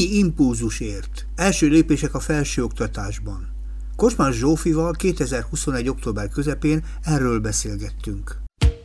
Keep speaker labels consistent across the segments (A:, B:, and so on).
A: Mennyi impulzus ért? Első lépések a felsőoktatásban. Kocsmán Zsófival 2021. október közepén erről beszélgettünk.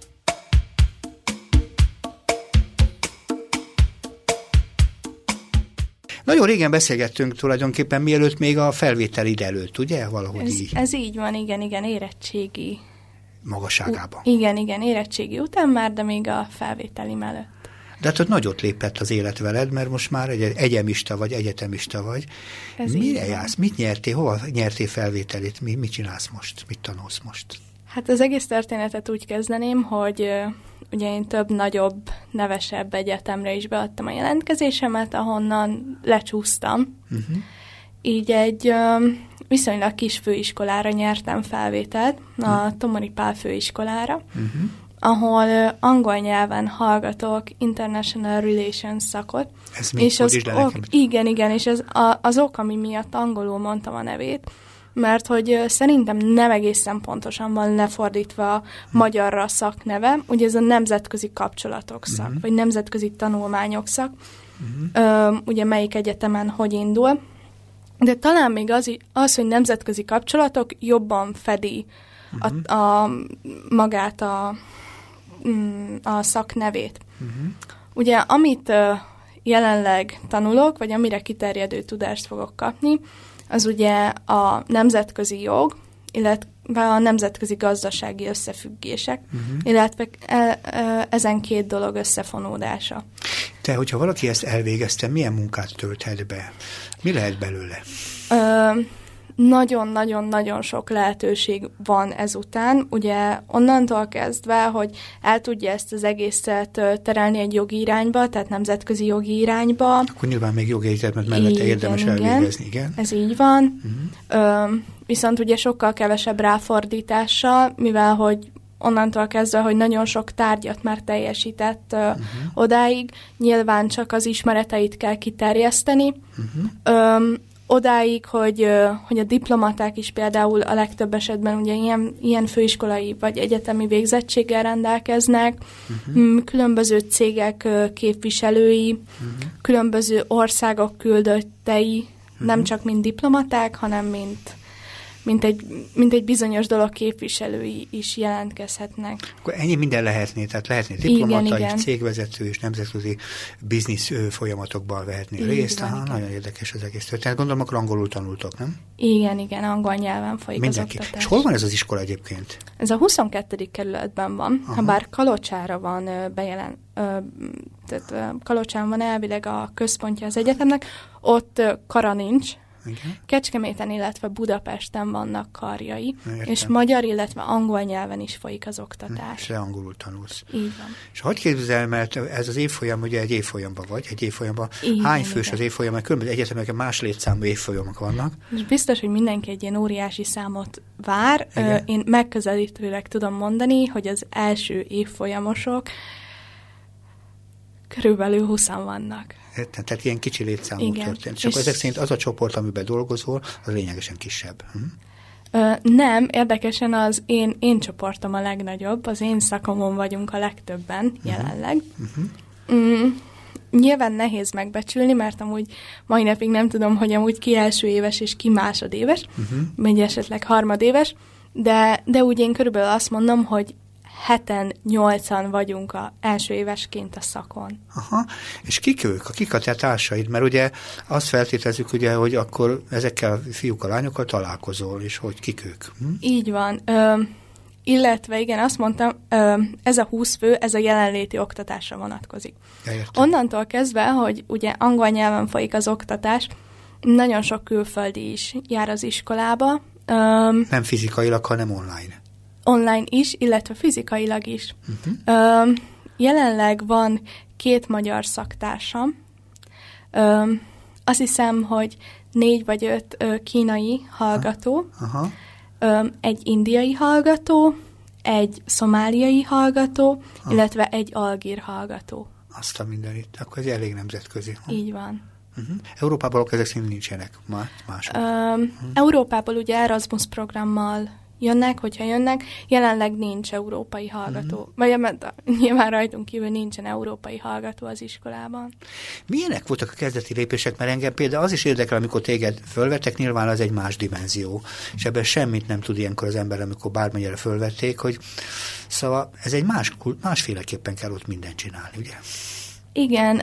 A: Nagyon régen beszélgettünk tulajdonképpen, mielőtt még a felvétel ide előtt, ugye? Valahogy így.
B: Ez így van, igen, érettségi.
A: Magasságában.
B: Igen, érettségi után már, de még a felvételi mellett.
A: De hát ott nagyot lépett az élet veled, mert most már egyemista vagy, egyetemista vagy. Mire jársz? Mit nyertél? Hova nyertél felvételit? Mit csinálsz most? Mit tanulsz most?
B: Hát az egész történetet úgy kezdeném, hogy ugye én több nagyobb, nevesebb egyetemre is beadtam a jelentkezésemet, ahonnan lecsúsztam. Így egy viszonylag kis főiskolára nyertem felvételt, a Tomori Pál főiskolára, ahol angol nyelven hallgatok International Relations szakot.
A: Ez még és az
B: igen, és ez az ok, ami miatt angolul mondtam a nevét, mert hogy szerintem nem egészen pontosan van lefordítva magyarra a szakneve, ugye ez a nemzetközi kapcsolatok szak, vagy nemzetközi tanulmányok szak, ugye melyik egyetemen hogy indul, de talán még az, hogy nemzetközi kapcsolatok jobban fedi magát a szaknevét. Ugye amit jelenleg tanulok, vagy amire kiterjedő tudást fogok kapni, az ugye a nemzetközi jog, illetve a nemzetközi gazdasági összefüggések, illetve ezen két dolog összefonódása.
A: Te, hogyha valaki ezt elvégezte, milyen munkát tölthet be? Mi lehet belőle?
B: Nagyon-nagyon-nagyon sok lehetőség van ezután. Ugye onnantól kezdve, hogy el tudja ezt az egészet terelni egy jogi irányba, tehát nemzetközi jogi irányba.
A: Akkor nyilván még jogi egyetemet mellette érdemes elvégezni, igen?
B: Ez így van. Viszont ugye sokkal kevesebb ráfordítással, mivel hogy onnantól kezdve, hogy nagyon sok tárgyat már teljesített odáig, nyilván csak az ismereteit kell kiterjeszteni. Odáig, hogy a diplomaták is például a legtöbb esetben ugye ilyen főiskolai vagy egyetemi végzettséggel rendelkeznek, különböző cégek képviselői, különböző országok küldöttei, nem csak mint diplomaták, hanem mint egy bizonyos dolog képviselői is jelentkezhetnek.
A: Akkor ennyi minden lehetné, tehát lehetné diplomata és cégvezető és nemzetközi biznisz folyamatokban vehetné részt. Nagyon érdekes az egész történet. Gondolom, akkor angolul tanultok, nem?
B: Igen, angol nyelven folyik mindenki. Az oktatás.
A: És hol van ez az iskola egyébként?
B: Ez a 22. kerületben van, bár Kalocsára van tehát Kalocsán van elvileg a központja az egyetemnek, ott kara nincs. Igen. Kecskeméten, illetve Budapesten vannak karjai, és magyar, illetve angol nyelven is folyik az oktatás.
A: És angolul tanulsz.
B: Így van.
A: És hogy képzel, mert ez az évfolyam, ugye egy évfolyamban vagy, hány fős az évfolyam, mert különböző egyetemeken más létszámú évfolyamok vannak.
B: És biztos, hogy mindenki egy ilyen óriási számot vár. Én megközelítőleg tudom mondani, hogy az első évfolyamosok körülbelül 20-an vannak.
A: Tehát ilyen kicsi létszámú történt. És akkor ezek szerint az a csoport, amiben dolgozol, az lényegesen kisebb.
B: Nem, érdekesen az én csoportom a legnagyobb, az én szakomon vagyunk a legtöbben jelenleg. Nyilván nehéz megbecsülni, mert amúgy mai napig nem tudom, hogy amúgy ki első éves és ki másodéves, vagy esetleg harmadéves, de úgy én körülbelül azt mondom, hogy 7-8-an vagyunk első évesként a szakon.
A: És kik ők? Kik a te társaid? Mert ugye azt feltételezzük, ugye, hogy akkor ezekkel a fiúkkal, lányokkal találkozol, és hogy kik ők?
B: Így van. Illetve igen, azt mondtam, ez a 20 fő, ez a jelenléti oktatásra vonatkozik. Onnantól kezdve, hogy ugye angol nyelven folyik az oktatás, nagyon sok külföldi is jár az iskolába.
A: Nem fizikailag, hanem online.
B: Online is, illetve fizikailag is. Jelenleg van 2 magyar szaktársam. Azt hiszem, hogy 4 vagy 5 kínai hallgató, egy indiai hallgató, egy szomáliai hallgató, illetve egy algír hallgató.
A: Azt a mindenit. Akkor ez elég nemzetközi.
B: Így van.
A: Európában ezek szerint nincsenek mások.
B: Európából ugye Erasmus programmal jönnek, hogyha jönnek. Jelenleg nincs európai hallgató. Vagy nyilván rajtunk kívül nincsen európai hallgató az iskolában.
A: Milyenek voltak a kezdeti lépések? Mert engem például az is érdekel, amikor téged fölvettek, nyilván az egy más dimenzió. És ebben semmit nem tud ilyenkor az ember, amikor bármennyire fölvették, hogy szóval ez egy másféleképpen kell ott mindent csinálni, ugye?
B: Igen.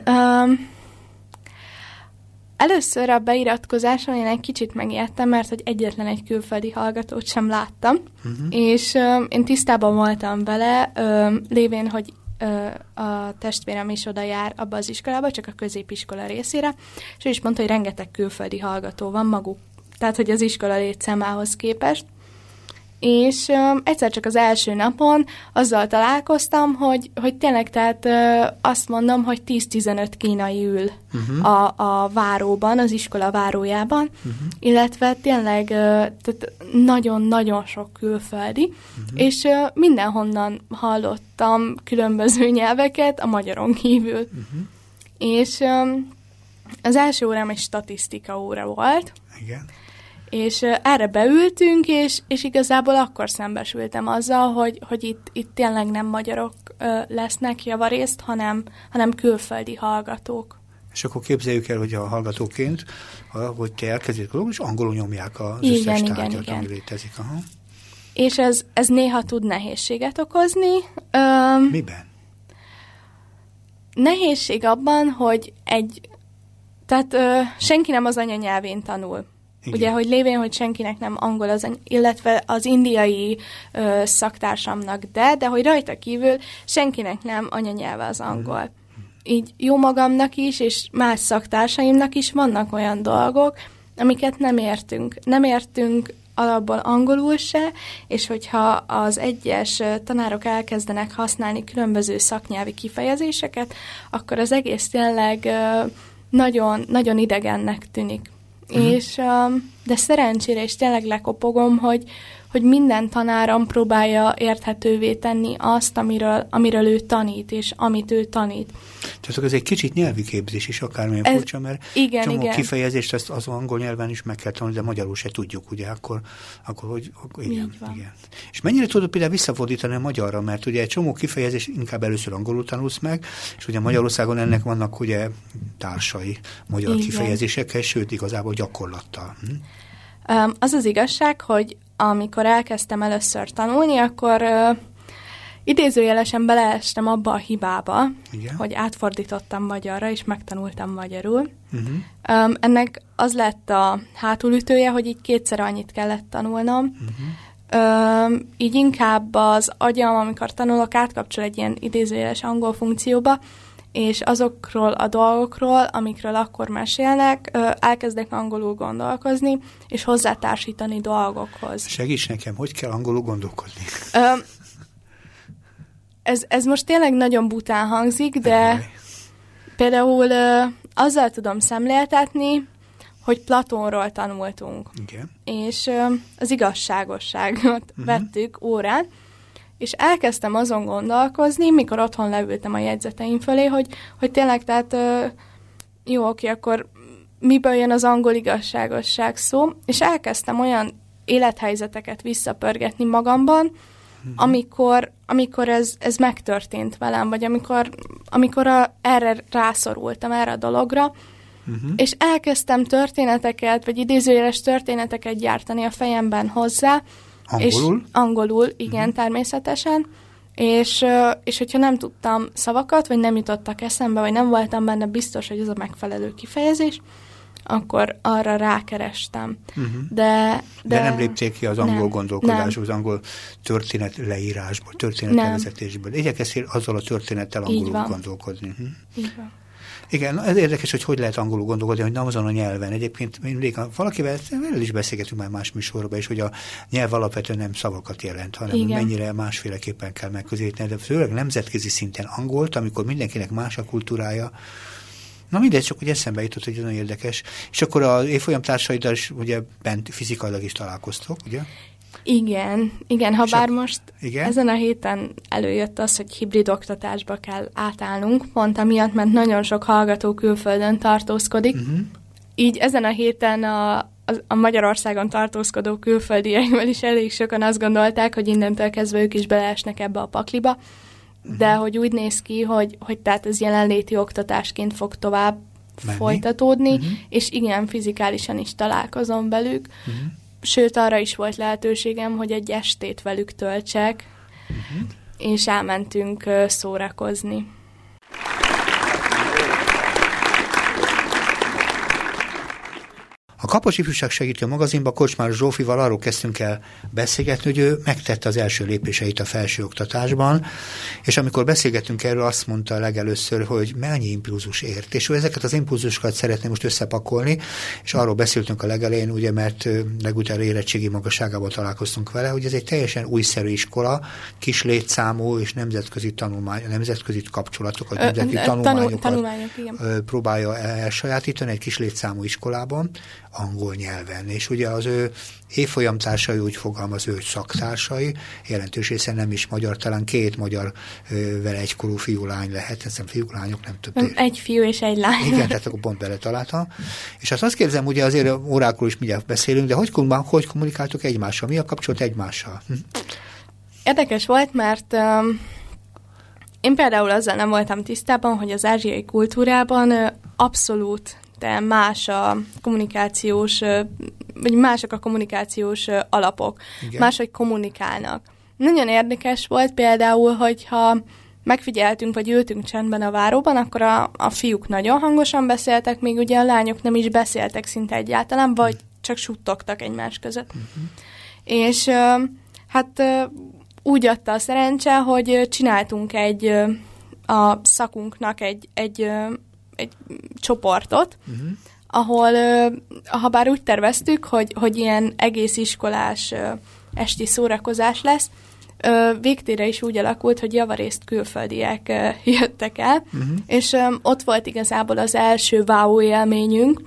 B: Először a beiratkozáson én egy kicsit megijedtem, mert hogy egyetlen egy külföldi hallgatót sem láttam, és én tisztában voltam vele, lévén, hogy a testvérem is oda jár abba az iskolába, csak a középiskola részére, és ő is mondta, hogy rengeteg külföldi hallgató van maguk, tehát hogy az iskola létszámához képest. És egyszer csak az első napon azzal találkoztam, hogy tényleg, tehát azt mondom, hogy 10-15 kínai ül a váróban, az iskola várójában, illetve tényleg tehát nagyon-nagyon sok külföldi, és mindenhonnan hallottam különböző nyelveket a magyaron kívül. És az első órám egy statisztika óra volt. Igen. És erre beültünk, és igazából akkor szembesültem azzal, hogy itt tényleg nem magyarok lesznek javarészt, hanem külföldi hallgatók.
A: És akkor képzeljük el, hogy a hallgatóként, hogy te elkezdjük, és angolul nyomják az összes tárgyat, ami létezik. Aha.
B: És ez néha tud nehézséget okozni.
A: Miben?
B: Nehézség abban, hogy tehát senki nem az anyanyelvén tanul. Igen. Ugye, hogy lévén, hogy senkinek nem angol, illetve az indiai szaktársamnak, de hogy rajta kívül senkinek nem anyanyelve az angol. Így jó magamnak is, és más szaktársaimnak is vannak olyan dolgok, amiket nem értünk. Nem értünk alapból angolul se, és hogyha az egyes tanárok elkezdenek használni különböző szaknyelvi kifejezéseket, akkor az egész tényleg nagyon, nagyon idegennek tűnik. És, de szerencsére is tényleg lekopogom, hogy minden tanárom próbálja érthetővé tenni azt, amiről ő tanít, és amit ő tanít.
A: Tehát ez egy kicsit nyelvi képzés is, akármilyen furcsa, mert csomó kifejezést az angol nyelven is meg kell tanulni, de magyarul se tudjuk, ugye, akkor igen. És mennyire tudod például visszafordítani a magyarra, mert ugye egy csomó kifejezés inkább először angolul tanulsz meg, és ugye Magyarországon ennek vannak ugye társai magyar kifejezésekkel, sőt igazából gyakorlattal.
B: Az az igazság, hogy amikor elkezdtem először tanulni, akkor idézőjelesen beleestem abba a hibába, hogy átfordítottam magyarra, és megtanultam magyarul. Ennek az lett a hátulütője, hogy így kétszer annyit kellett tanulnom. Így inkább az agyam, amikor tanulok, átkapcsol egy ilyen idézőjeles angol funkcióba, és azokról a dolgokról, amikről akkor mesélnek, elkezdek angolul gondolkozni, és hozzátársítani dolgokhoz.
A: Segíts nekem, hogy kell angolul gondolkodni?
B: Ez most tényleg nagyon bután hangzik, de például azzal tudom szemléltetni, hogy Platónról tanultunk. Igen. És az igazságosságot vettük órán, és elkezdtem azon gondolkozni, mikor otthon leültem a jegyzeteim fölé, hogy tényleg, tehát jó, oké, akkor miből jön az angol igazságosság szó, és elkezdtem olyan élethelyzeteket visszapörgetni magamban, amikor ez megtörtént velem, vagy amikor erre rászorultam, erre a dologra, és elkezdtem történeteket, vagy idézőjeles történeteket gyártani a fejemben hozzá.
A: Angolul?
B: És angolul, igen, természetesen. És hogyha nem tudtam szavakat, vagy nem jutottak eszembe, vagy nem voltam benne biztos, hogy ez a megfelelő kifejezés, akkor arra rákerestem. De
A: nem lépték ki az angol gondolkodásból, az angol történet leírásból, történetlevezetésből. Igyekeztél azzal a történettel angolul gondolkodni.
B: Így van.
A: Igen, ez érdekes, hogy lehet angolul gondolkodni, hogy nem azon a nyelven. Egyébként valakivel is beszélgetünk már más műsorban is, hogy a nyelv alapvetően nem szavakat jelent, hanem mennyire másféleképpen kell megközelíteni. De főleg nemzetközi szinten angolt, amikor mindenkinek más a kultúrája. Na mindegy, csak hogy eszembe jutott, hogy ez nagyon érdekes. És akkor az évfolyam társaiddal is ugye bent fizikailag is találkoztok, ugye?
B: Igen, ha bár most ezen a héten előjött az, hogy hibrid oktatásba kell átállnunk, pont amiatt, mert nagyon sok hallgató külföldön tartózkodik. Így ezen a héten a Magyarországon tartózkodó külföldiekből is elég sokan azt gondolták, hogy innentől kezdve ők is beleesnek ebbe a pakliba, de hogy úgy néz ki, hogy tehát ez jelenléti oktatásként fog tovább folytatódni, és igen, fizikálisan is találkozom velük, sőt, arra is volt lehetőségem, hogy egy estét velük töltsek, és elmentünk szórakozni.
A: A Kapos Ifjúság Segítő magazinban Kocsmáros Zsófival arról kezdtünk el beszélgetni, hogy ő megtette az első lépéseit a felsőoktatásban, és amikor beszélgettünk erről, azt mondta legelőször, hogy mennyi impulzus ért, és ő ezeket az impulzusokat szeretné most összepakolni, és arról beszéltünk a legelején, ugye, mert legutább érettségi magasságában találkoztunk vele, hogy ez egy teljesen újszerű iskola, kis létszámú és nemzetközi kapcsolatokat, nemzeti tanulmányokat próbálja elsajátítani egy kis létszámú iskolában, angol nyelven. És ugye az ő évfolyamtársai úgy fogalmaz, ő szaktársai, jelentős része nem is magyar, talán 2 magyar vele egykorú fiú-lány lehet, hiszem fiú-lányok, nem több.
B: Egy fiú és egy lány.
A: Igen, tehát akkor pont beletaláltam. És azt képzelem, ugye azért órákról is mindjárt beszélünk, de hogy kommunikáltok egymással? Mi a kapcsolat egymással?
B: Érdekes volt, mert én például azzal nem voltam tisztában, hogy az ázsiai kultúrában abszolút de más a kommunikációs, vagy mások a kommunikációs alapok. Igen. Máshogy kommunikálnak. Nagyon érdekes volt például, hogyha megfigyeltünk, vagy ültünk csendben a váróban, akkor a fiúk nagyon hangosan beszéltek, még ugye a lányok nem is beszéltek szinte egyáltalán, vagy csak suttogtak egymás között. És hát úgy adta a szerencse, hogy csináltunk a szakunknak egy csoportot, ahol, ha bár úgy terveztük, hogy ilyen egész iskolás esti szórakozás lesz, végtére is úgy alakult, hogy javarészt külföldiek jöttek el, és ott volt igazából az első wow élményünk.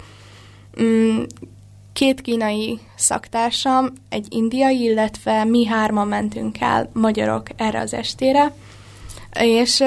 B: 2 kínai szaktársam, egy indiai, illetve mi 3-an mentünk el, magyarok, erre az estére, és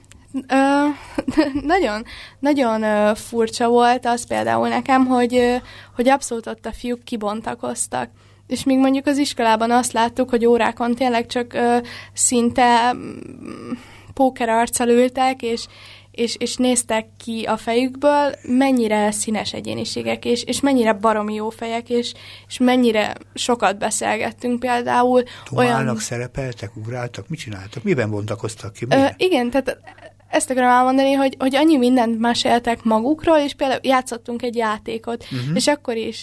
B: nagyon furcsa volt az például nekem, hogy abszolút ott a fiúk kibontakoztak. És még mondjuk az iskolában azt láttuk, hogy órákon tényleg csak szinte póker arccal ültek, és néztek ki a fejükből, mennyire színes egyéniségek, és mennyire baromi jó fejek, és mennyire sokat beszélgettünk például.
A: Dumálnak, szerepeltek, ugráltak, mit csináltak? Miben bontakoztak ki?
B: Igen, tehát ezt akarom elmondani, hogy annyi mindent meséltek magukról, és például játszottunk egy játékot, és akkor is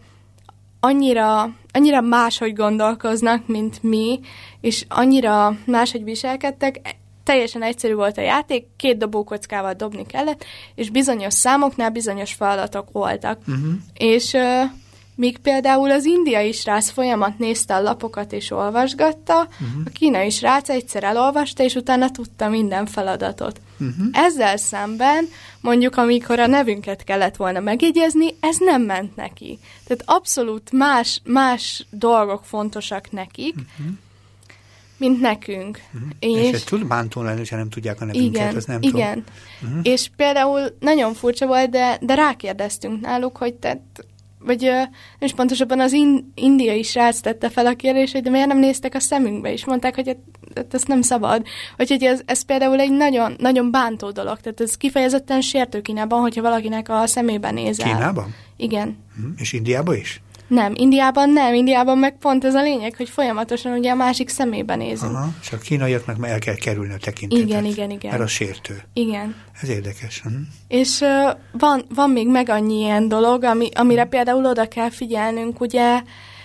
B: annyira máshogy gondolkoznak, mint mi, és annyira máshogy viselkedtek. Teljesen egyszerű volt a játék, 2 dobókockával dobni kellett, és bizonyos számoknál bizonyos feladatok voltak. És míg például az indiai srác folyamat nézte a lapokat és olvasgatta, a kínai srác egyszer elolvasta, és utána tudta minden feladatot. Ezzel szemben, mondjuk amikor a nevünket kellett volna megjegyezni, ez nem ment neki. Tehát abszolút más dolgok fontosak nekik, mint nekünk.
A: És ez tud bántó lenni, hogyha nem tudják a nevünket, az nem tudom.
B: Igen. És például nagyon furcsa volt, de rákérdeztünk náluk, hogy vagy nem is pontosabban az indiai srác tette fel a kérdést, hogy de miért nem néztek a szemünkbe, és mondták, hogy ezt nem szabad. Úgyhogy ez például egy nagyon, nagyon bántó dolog. Tehát ez kifejezetten sértő Kínában, hogyha valakinek a szemébe nézel.
A: Kínában?
B: Igen.
A: És Indiában is?
B: Nem, Indiában meg pont ez a lényeg, hogy folyamatosan ugye a másik szemébe nézünk.
A: Aha, és a kínaiaknak meg el kell kerülni a tekintetet.
B: Igen.
A: Mert az sértő.
B: Igen.
A: Ez érdekes.
B: És van még meg annyi ilyen dolog, amire például oda kell figyelnünk, ugye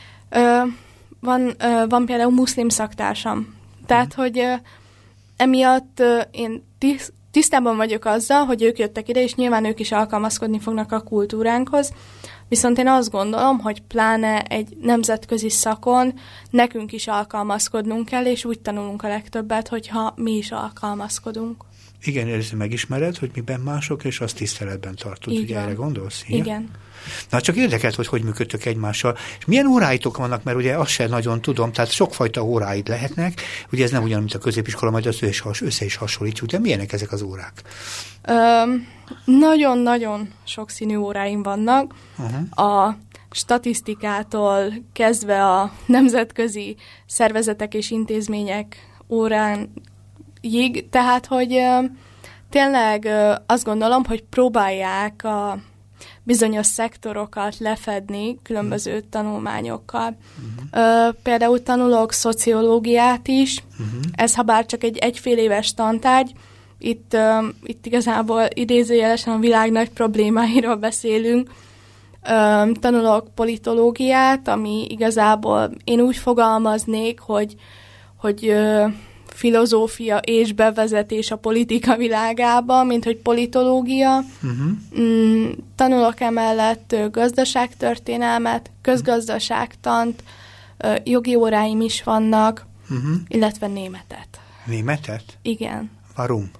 B: van például muszlim szaktársam. Tehát, hogy emiatt én tisztában vagyok azzal, hogy ők jöttek ide, és nyilván ők is alkalmazkodni fognak a kultúránkhoz, viszont én azt gondolom, hogy pláne egy nemzetközi szakon nekünk is alkalmazkodnunk kell, és úgy tanulunk a legtöbbet, hogyha mi is alkalmazkodunk.
A: Igen, először megismered, hogy miben mások, és azt tiszteletben tartod.
B: Így
A: ugye
B: van.
A: Erre gondolsz?
B: Igen.
A: Na, csak érdekelt, hogy működtök egymással. És milyen óráitok vannak, mert ugye azt sem nagyon tudom, tehát sokfajta óráid lehetnek. Ugye ez nem ugyan, mint a középiskola, majd az össze is hasonlítjuk, de milyenek ezek az órák?
B: Nagyon-nagyon sokszínű óráim vannak. A statisztikától kezdve a nemzetközi szervezetek és intézmények óráig, tehát, hogy tényleg azt gondolom, hogy próbálják a bizonyos szektorokat lefedni különböző tanulmányokkal. Például tanulok szociológiát is, ez ha bár csak egy egyfél éves tantárgy, itt igazából idézőjelesen a világ nagy problémáiról beszélünk. Tanulok politológiát, ami igazából én úgy fogalmaznék, hogy filozófia és bevezetés a politika világába, mint hogy politológia. Tanulok emellett gazdaságtörténelmet, közgazdaságtant, jogi óráim is vannak, illetve németet.
A: Németet?
B: Igen.
A: Warum?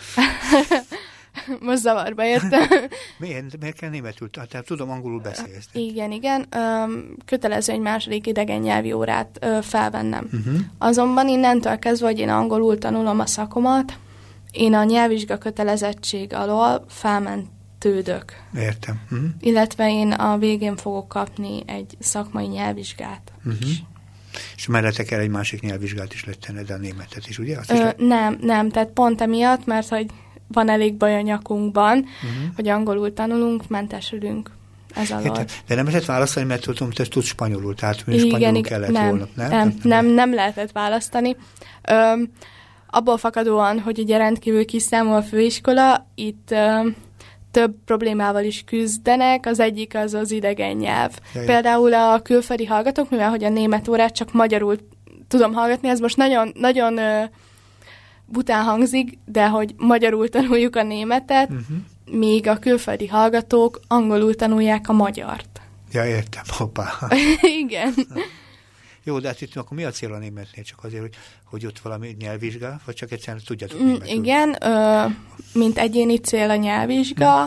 B: Most zavarba értem.
A: Miért kell németül? Tehát tudom, angolul beszélsz.
B: Igen. Kötelező egy második idegen nyelvi órát felvennem. Azonban innentől kezdve, hogy én angolul tanulom a szakomat, én a nyelvvizsga kötelezettség alól felmentődök.
A: Értem.
B: Illetve én a végén fogok kapni egy szakmai nyelvvizsgát is.
A: És mellette kell egy másik nyelvvizsgát is lettened, a németet is, ugye?
B: Nem, tehát pont emiatt, mert hogy van elég baj a nyakunkban, hogy angolul tanulunk, mentesülünk ez alól.
A: De nem lehetett választani, mert tudom, te tudsz spanyolul, tehát spanyolul kellett volna, nem?
B: Nem lehetett választani. Abból fakadóan, hogy ugye rendkívül kis számú a főiskola, itt több problémával is küzdenek, az egyik az idegen nyelv. Például a külföldi hallgatók, mivel hogy a német órát csak magyarul tudom hallgatni, ez most nagyon bután hangzik, de hogy magyarul tanuljuk a németet, míg a külföldi hallgatók angolul tanulják a magyart.
A: Ja, értem, hoppá.
B: Igen.
A: Jó, de hát itt akkor mi a cél a németnél? Csak azért, hogy ott valami nyelvvizsga, vagy csak egyszerűen tudjátok németül?
B: Igen, mint egyéni cél a nyelvvizsga.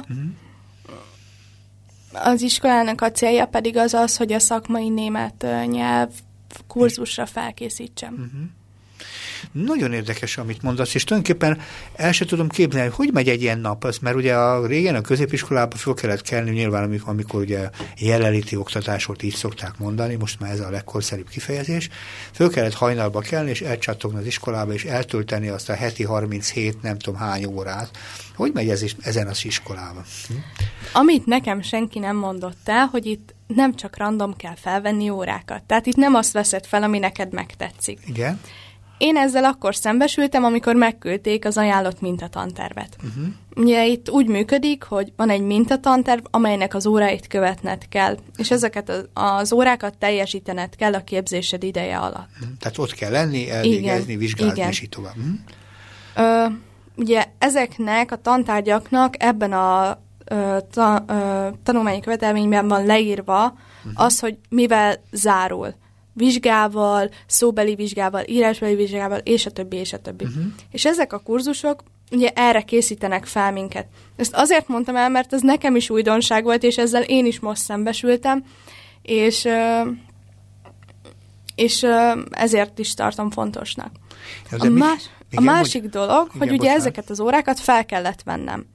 B: Az iskolának a célja pedig az, hogy a szakmai német nyelv kurzusra felkészítsem.
A: Nagyon érdekes, amit mondasz, és tulajdonképpen el sem tudom képzelni, hogy megy egy ilyen nap, mert ugye régen a középiskolában föl kellett kelni, nyilván amikor ugye jelenléti oktatás volt, így szokták mondani, most már ez a legkorszerűbb kifejezés, föl kellett hajnalba kelni, és elcsattogni az iskolába, és eltölteni azt a heti 37 nem tudom hány órát. Hogy megy ez ezen az iskolában?
B: Amit nekem senki nem mondott el, hogy itt nem csak random kell felvenni órákat. Tehát itt nem azt veszed fel, ami neked megtetszik.
A: Igen.
B: Én ezzel akkor szembesültem, amikor megküldték az ajánlott mintatantervet. Ugye itt úgy működik, hogy van egy mintatanterv, amelynek az óráit követned kell, és ezeket az órákat teljesítened kell a képzésed ideje alatt.
A: Tehát ott kell lenni, elvégezni, vizsgálni, és így tovább.
B: Ugye ezeknek a tantárgyaknak ebben a tanulmányi követelményben van leírva az, hogy mivel zárul. Vizsgával, szóbeli vizsgával, írásbeli vizsgával, és a többi, és a többi. És ezek a kurzusok ugye erre készítenek fel minket. Ezt azért mondtam el, mert ez nekem is újdonság volt, és ezzel én is most szembesültem, és ezért is tartom fontosnak. A másik dolog, hogy ugye ezeket az órákat fel kellett vennem.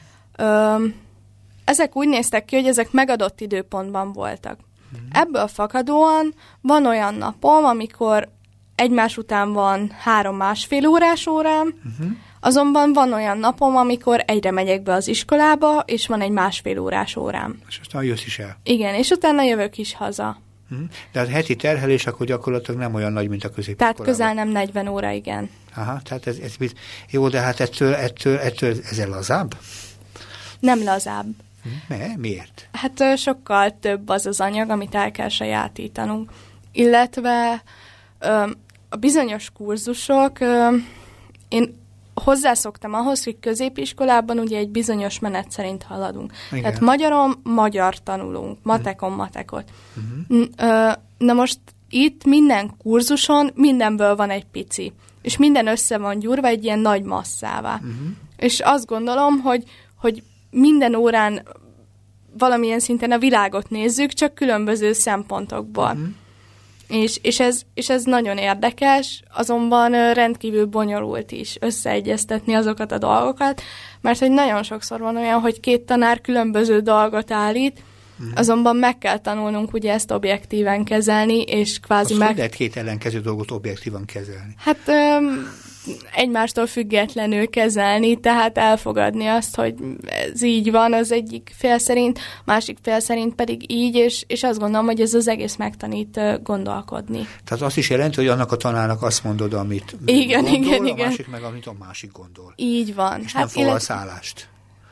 B: Ezek úgy néztek ki, hogy ezek megadott időpontban voltak. Ebből fakadóan van olyan napom, amikor egymás után van 3,5 órás órám, azonban van olyan napom, amikor egyre megyek be az iskolába, és van egy 1,5 órás órám.
A: És aztán jössz is el.
B: Igen, és utána jövök is haza.
A: De a heti terhelés akkor gyakorlatilag nem olyan nagy, mint a középiskolában.
B: Tehát közel nem 40 óra, igen.
A: Aha, tehát ez jó, de hát ettől ez lazább?
B: Nem lazább.
A: Miért?
B: Hát sokkal több az anyag, amit el kell sajátítanunk. Illetve a bizonyos kurzusok, én hozzászoktam ahhoz, hogy középiskolában ugye egy bizonyos menet szerint haladunk. Igen. Tehát magyaron magyar tanulunk, matekon matekot. Na most itt minden kurzuson mindenből van egy pici, és minden össze van gyúrva egy ilyen nagy masszává. És azt gondolom, hogy minden órán valamilyen szinten a világot nézzük, csak különböző szempontokból. És ez nagyon érdekes, azonban rendkívül bonyolult is összeegyeztetni azokat a dolgokat, mert hogy nagyon sokszor van olyan, hogy 2 tanár különböző dolgot állít, Azonban meg kell tanulnunk ugye ezt objektíven kezelni, és kvázi
A: Azt lehet két ellenkező dolgot objektívan kezelni?
B: Hát egymástól függetlenül kezelni, tehát elfogadni azt, hogy ez így van az egyik fél szerint, másik fél szerint pedig így, és azt gondolom, hogy ez az egész megtanít gondolkodni.
A: Tehát azt is jelenti, hogy annak a tanárnak azt mondod, amit
B: igen,
A: gondol, a másik meg, amit a másik gondol.
B: Így van.
A: És nem foglalsz állást.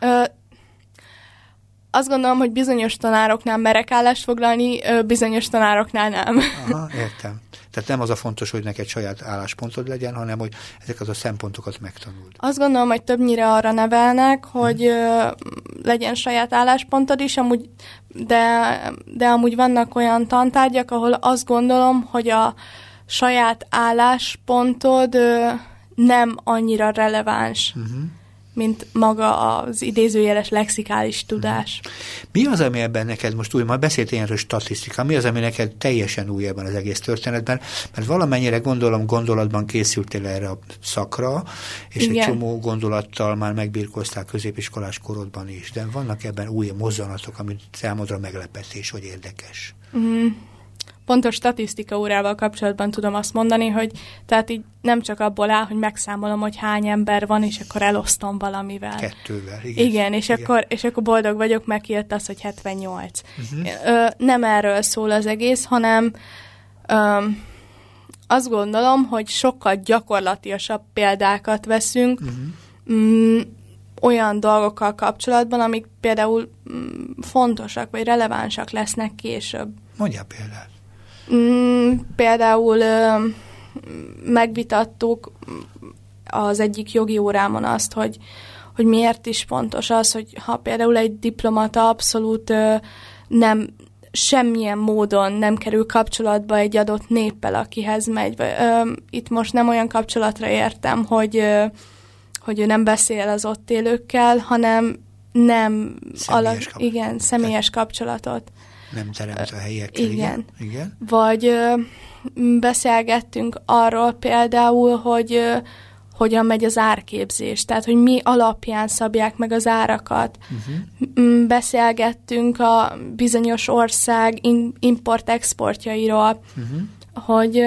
B: Azt gondolom, hogy bizonyos tanároknál merek állást foglalni, bizonyos tanároknál nem.
A: Aha, értem. Tehát nem az a fontos, hogy neked saját álláspontod legyen, hanem hogy ezeket a szempontokat megtanuld.
B: Azt gondolom, hogy többnyire arra nevelnek, hogy legyen saját álláspontod is, de amúgy vannak olyan tantárgyak, ahol azt gondolom, hogy a saját álláspontod nem annyira releváns, mint maga az idézőjeles lexikális tudás.
A: Mi az, ami ebben neked most új, majd beszéltél erről statisztika, mi az, ami neked teljesen új ebben az egész történetben, mert valamennyire gondolatban készültél erre a szakra, és igen, egy csomó gondolattal már megbirkóztál középiskolás korodban is, de vannak ebben új mozzanatok, amit számodra meglepetés, vagy érdekes?
B: Pontos statisztika órával kapcsolatban tudom azt mondani, hogy tehát így nem csak abból áll, hogy megszámolom, hogy hány ember van, és akkor elosztom valamivel.
A: 2-vel, igen.
B: Igen, és akkor boldog vagyok, meg kijött az, hogy 78. Nem erről szól az egész, hanem azt gondolom, hogy sokkal gyakorlatiasabb példákat veszünk olyan dolgokkal kapcsolatban, amik például fontosak, vagy relevánsak lesznek később.
A: Mondjál példát.
B: Például megvitattuk az egyik jogi órámon azt, hogy miért is fontos az, hogy ha például egy diplomata abszolút nem semmilyen módon nem kerül kapcsolatba egy adott néppel, akihez megy. Itt most nem olyan kapcsolatra értem, hogy ő nem beszél az ott élőkkel, hanem nem személyes kapcsolatot.
A: Nem teremt a helyiekkel. Igen.
B: Vagy beszélgettünk arról például, hogy hogyan megy az árképzés, tehát hogy mi alapján szabják meg az árakat. Beszélgettünk a bizonyos ország import-exportjairól, hogy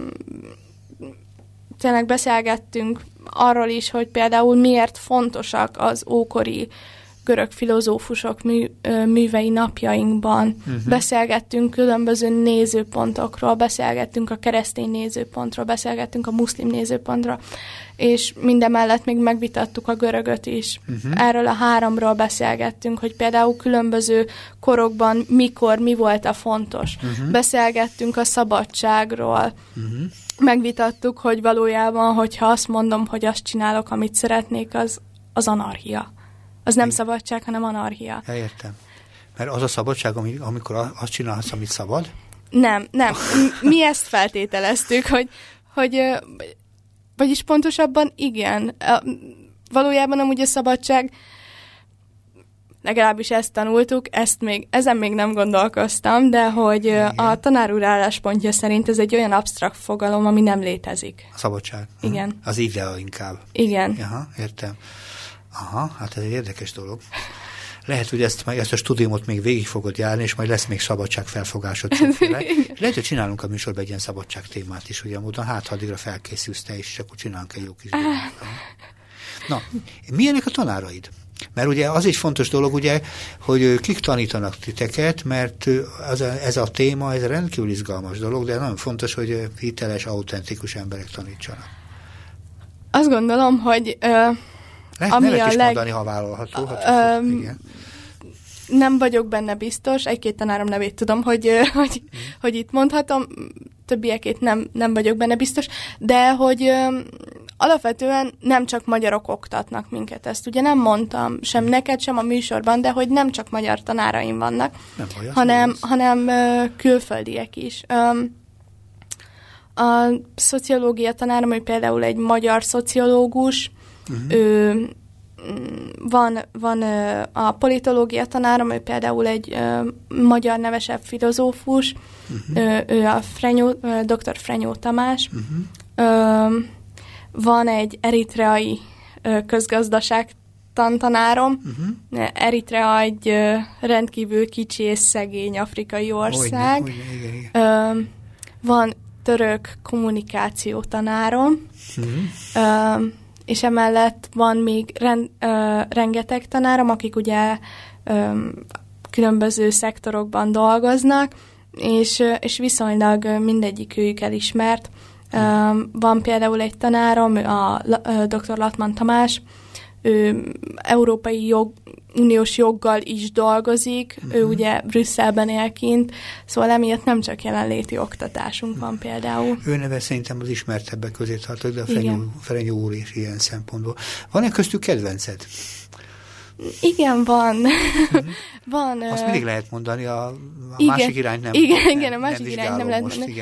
B: tényleg beszélgettünk arról is, hogy például miért fontosak az ókori görög filozófusok művei napjainkban. Beszélgettünk különböző nézőpontokról, beszélgettünk a keresztény nézőpontról, beszélgettünk a muszlim nézőpontról, és mindemellett még megvitattuk a görögöt is. Erről a 3-ról beszélgettünk, hogy például különböző korokban mikor, mi volt a fontos. Beszélgettünk a szabadságról. Megvitattuk, hogy valójában, hogyha azt mondom, hogy azt csinálok, amit szeretnék, az anarchia. Az nem szabadság, hanem anarchia.
A: Ja, értem. Mert az a szabadság, amikor azt csinálhatsz, amit szabad?
B: Nem. Mi ezt feltételeztük, vagyis pontosabban igen. Valójában amúgy a szabadság, legalábbis ezt tanultuk, ezen még nem gondolkoztam, de hogy igen, a tanár úr álláspontja szerint ez egy olyan absztrakt fogalom, ami nem létezik.
A: A szabadság?
B: Igen.
A: Az idea inkább.
B: Igen.
A: Aha, értem. Aha, hát ez egy érdekes dolog. Lehet, hogy ezt a stúdiumot még végig fogod járni, és majd lesz még szabadságfelfogásod. Lehet, hogy csinálunk a műsorban egy ilyen szabadság témát is, ugye módon, hát addigra felkészülsz te is, és akkor csinálunk egy jó kis dolgot. Na, milyenek a tanáraid? Mert ugye az egy fontos dolog, ugye, hogy kik tanítanak titeket, mert ez a téma, ez rendkívül izgalmas dolog, de nagyon fontos, hogy hiteles, autentikus emberek tanítsanak.
B: Azt gondolom, hogy
A: Lehet nevet is mondani, ha vállalható. Igen.
B: Nem vagyok benne biztos, egy-két tanárom nevét tudom, hogy itt mondhatom, többiekét nem vagyok benne biztos, de hogy alapvetően nem csak magyarok oktatnak minket, ezt ugye nem mondtam sem neked, sem a műsorban, de hogy nem csak magyar tanáraim vannak, hanem külföldiek is. A szociológia tanárom, hogy például egy magyar szociológus, van a politológia tanárom, ő például egy magyar nevesebb filozófus, ő a dr. Frenyó Tamás. Van egy eritreai tantanárom. Eritrea egy rendkívül kicsi és szegény afrikai ország.
A: Igen.
B: Van török kommunikáció tanárom, és emellett van még rengeteg tanárom, akik ugye különböző szektorokban dolgoznak, és viszonylag mindegyikük elismert. Van például egy tanárom, a dr. Latman Tamás, ő európai uniós joggal is dolgozik, ő ugye Brüsszelben él kint, szóval emiatt nem csak jelenléti oktatásunk van például.
A: Ő neve szerintem az ismertebbek közé tartozik, de a Ferenyő úr is ilyen szempontból. Van-e köztük kedvenced?
B: Igen, van. Van.
A: Azt mindig lehet mondani, a másik irányt nem.
B: Igen, a másik irányt nem lehet mondani.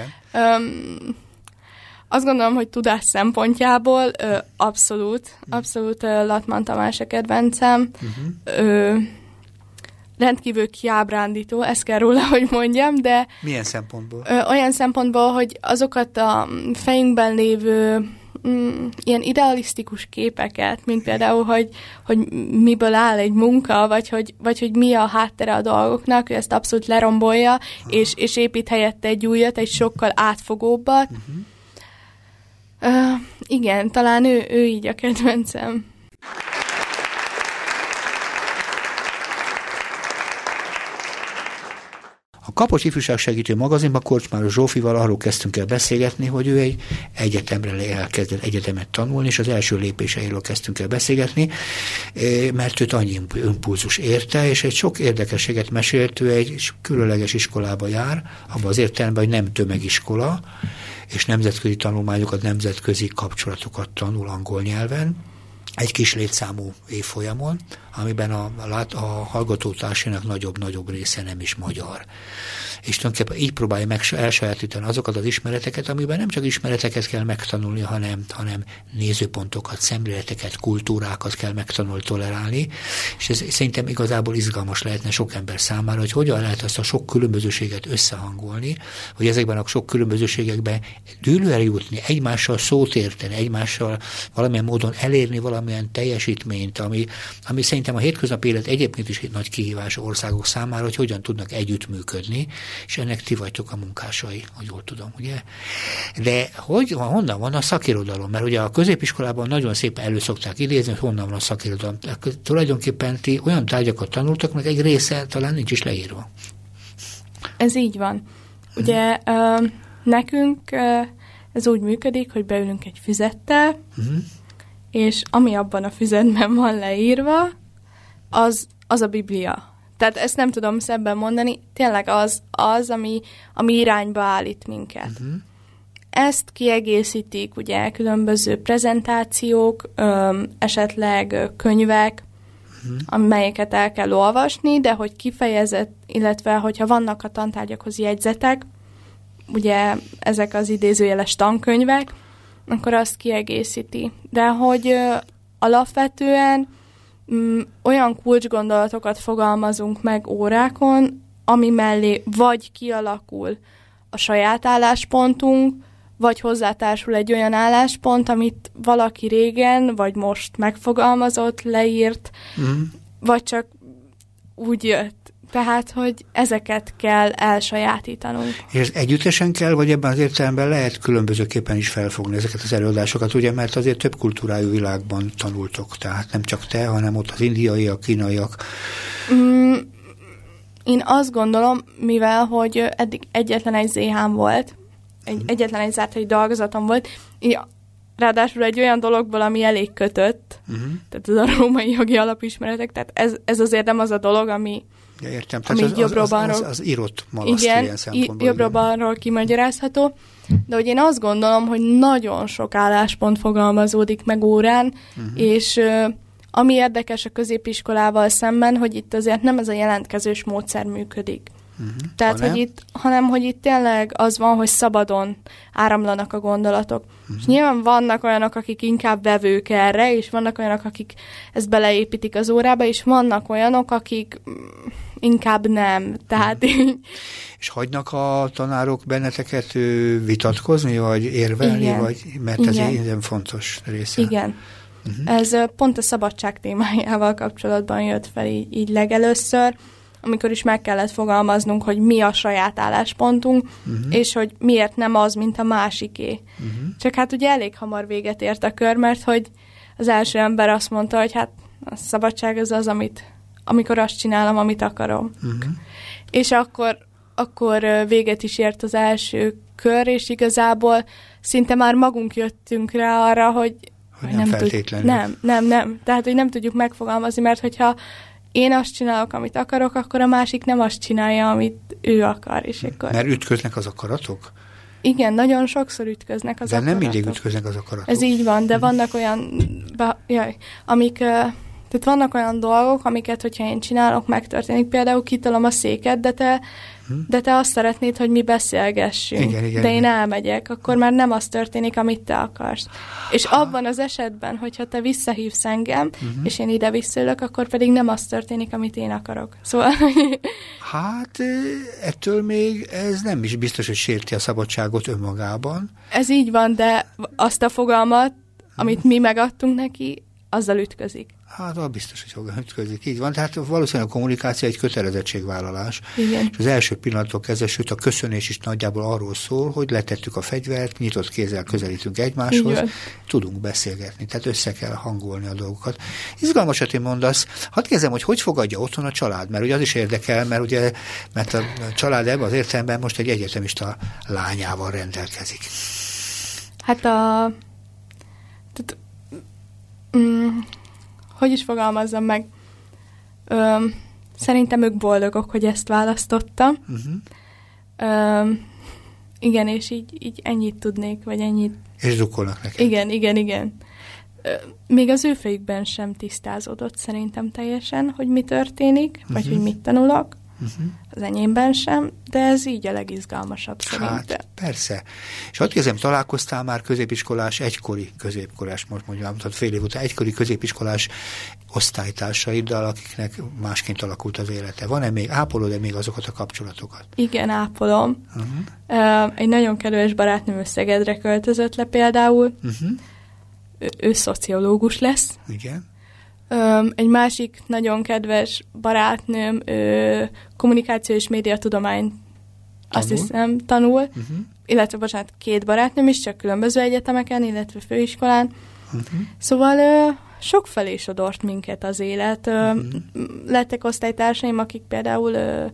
B: Azt gondolom, hogy tudás szempontjából abszolút Latman Tamás a kedvencem. Rendkívül kiábrándító, ezt kell róla, hogy mondjam, de...
A: Milyen szempontból?
B: Olyan szempontból, hogy azokat a fejünkben lévő ilyen idealisztikus képeket, mint például, hogy miből áll egy munka, vagy hogy mi a háttere a dolgoknak, ő ezt abszolút lerombolja, és épít helyette egy újat, egy sokkal átfogóbbat. Igen, talán ő így a kedvencem.
A: A Kapocs Ifjúságsegítő magazinban Korcsmáros Zsófival arról kezdtünk el beszélgetni, hogy ő egy egyetemre elkezdett egyetemet tanulni, és az első lépéseiről kezdtünk el beszélgetni, mert őt annyi impulzus érte, és egy sok érdekességet mesélt, ő egy különleges iskolába jár, abban az értelemben, hogy nem tömegiskola, és nemzetközi tanulmányokat, nemzetközi kapcsolatokat tanul angol nyelven, egy kis létszámú évfolyamon, amiben a hallgatótársának nagyobb része nem is magyar. És tulajdonképpen így próbálja meg elsajátítani azokat az ismereteket, amiben nem csak ismereteket kell megtanulni, hanem nézőpontokat, szemléleteket, kultúrákat kell megtanulni, tolerálni, és ez szerintem igazából izgalmas lehetne sok ember számára, hogy hogyan lehet azt a sok különbözőséget összehangolni, hogy ezekben a sok különbözőségekben dűlőre jutni, egymással szót érteni, egymással valamilyen módon elérni valamilyen teljesítményt, ami szerintem a hétköznapi élet egyébként is egy nagy kihívás országok számára, hogy hogyan tudnak együttműködni, és ennek ti vagytok a munkásai, hogy jól tudom, ugye? De honnan van a szakirodalom? Mert ugye a középiskolában nagyon szépen elő szokták idézni, hogy honnan van a szakirodalom. Tulajdonképpen ti olyan tárgyakat tanultak, meg egy része talán nincs is leírva.
B: Ez így van. Ugye nekünk ez úgy működik, hogy beülünk egy füzettel, és ami abban a füzetben van leírva, az a Biblia. Tehát ezt nem tudom szebben mondani, tényleg az ami irányba állít minket. Ezt kiegészítik ugye különböző prezentációk, esetleg könyvek, amelyeket el kell olvasni, de hogy kifejezett, illetve hogyha vannak a tantárgyakhoz jegyzetek, ugye ezek az idézőjeles tankönyvek, akkor azt kiegészíti. De hogy alapvetően olyan kulcsgondolatokat fogalmazunk meg órákon, ami mellé vagy kialakul a saját álláspontunk, vagy hozzátársul egy olyan álláspont, amit valaki régen, vagy most megfogalmazott, leírt, vagy csak úgy jött. Tehát, hogy ezeket kell elsajátítanunk. És
A: ez együttesen kell, vagy ebben az értelemben lehet különbözőképpen is felfogni ezeket az előadásokat, ugye, mert azért több kultúrájú világban tanultok, tehát nem csak te, hanem ott az indiaiak, kínaiak.
B: Én azt gondolom, mivel, hogy eddig egyetlen egy ZH-m volt, egyetlen egy zárt dolgozatom volt, ráadásul egy olyan dologból, ami elég kötött, tehát az a római jogi alapismeretek, tehát ez azért nem az a dolog, ami
A: értem, tehát az írott malaszt ilyen szempontból.
B: Jobb-balról kimagyarázható, de hogy én azt gondolom, hogy nagyon sok álláspont fogalmazódik meg órán, és ami érdekes a középiskolával szemben, hogy itt azért nem ez a jelentkezős módszer működik. Tehát, hogy itt tényleg az van, hogy szabadon áramlanak a gondolatok. És nyilván vannak olyanok, akik inkább vevők erre, és vannak olyanok, akik ezt beleépítik az órába, és vannak olyanok, akik inkább nem. Tehát
A: És hagynak a tanárok benneteket vitatkozni, vagy érvelni,
B: igen.
A: vagy mert ez ilyen fontos része.
B: Igen. Ez pont a szabadság témájával kapcsolatban jött fel így legelőször, amikor is meg kellett fogalmaznunk, hogy mi a saját álláspontunk, és hogy miért nem az, mint a másiké. Csak hát ugye elég hamar véget ért a kör, mert hogy az első ember azt mondta, hogy hát a szabadság az, amikor azt csinálom, amit akarom. És akkor véget is ért az első kör, és igazából szinte már magunk jöttünk rá arra, hogy
A: nem feltétlenül.
B: Nem. Tehát, hogy nem tudjuk megfogalmazni, mert hogyha én azt csinálok, amit akarok, akkor a másik nem azt csinálja, amit ő akar. És akkor...
A: Mert ütköznek az akaratok?
B: Igen, nagyon sokszor ütköznek az akaratok.
A: De nem mindig ütköznek az akaratok.
B: Ez így van, de vannak olyan, tehát vannak olyan dolgok, amiket, hogyha én csinálok, megtörténik. Például kitolom a széket, de te azt szeretnéd, hogy mi beszélgessünk.
A: Igen,
B: de én elmegyek, akkor már nem az történik, amit te akarsz. És abban az esetben, hogyha te visszahívsz engem, és én ide visszaülök, akkor pedig nem az történik, amit én akarok. Szóval...
A: Hát ettől még ez nem is biztos, hogy sérti a szabadságot önmagában.
B: Ez így van, de azt a fogalmat, amit mi megadtunk neki, azzal ütközik.
A: Hát biztos, hogy ütközik. Így van. Tehát valószínűleg a kommunikáció egy kötelezettségvállalás.
B: Igen.
A: És az első pillanattól kezdve, sőt a köszönés is nagyjából arról szól, hogy letettük a fegyvert, nyitott kézzel közelítünk egymáshoz, tudunk beszélgetni. Tehát össze kell hangolni a dolgokat. Izgalmasat én mondasz. Hadd kezdem, hogy fogadja otthon a család, mert ugye az is érdekel, mert a család ebben az értelemben most egy egyetemista lányával rendelkezik.
B: Hát hogy is fogalmazzam meg? Szerintem ők boldogok, hogy ezt választottam. Igen, és így ennyit tudnék, vagy ennyit.
A: És drukkolnak neked.
B: Igen. Még az ő fejükben sem tisztázódott szerintem teljesen, hogy mi történik, vagy hogy mit tanulok. Az enyémben sem, de ez így a legizgalmasabb szerintem.
A: Hát persze. És hadd kezdem, találkoztál már középiskolás, egykori középkorás, most mondjam, fél év után egykori középiskolás osztálytársaiddal, akiknek másként alakult az élete. Van-e még, ápolod-e még azokat a kapcsolatokat?
B: Igen, ápolom. Egy nagyon kedves barátnőm Szegedre költözött le például. Ő szociológus lesz.
A: Igen.
B: Egy másik nagyon kedves barátnőm kommunikáció és médiatudomány azt hiszem tanul, illetve bocsánat, 2 barátnőm is, csak különböző egyetemeken, illetve főiskolán. Szóval sokfelé sodort minket az élet. Lettek osztálytársaim, akik például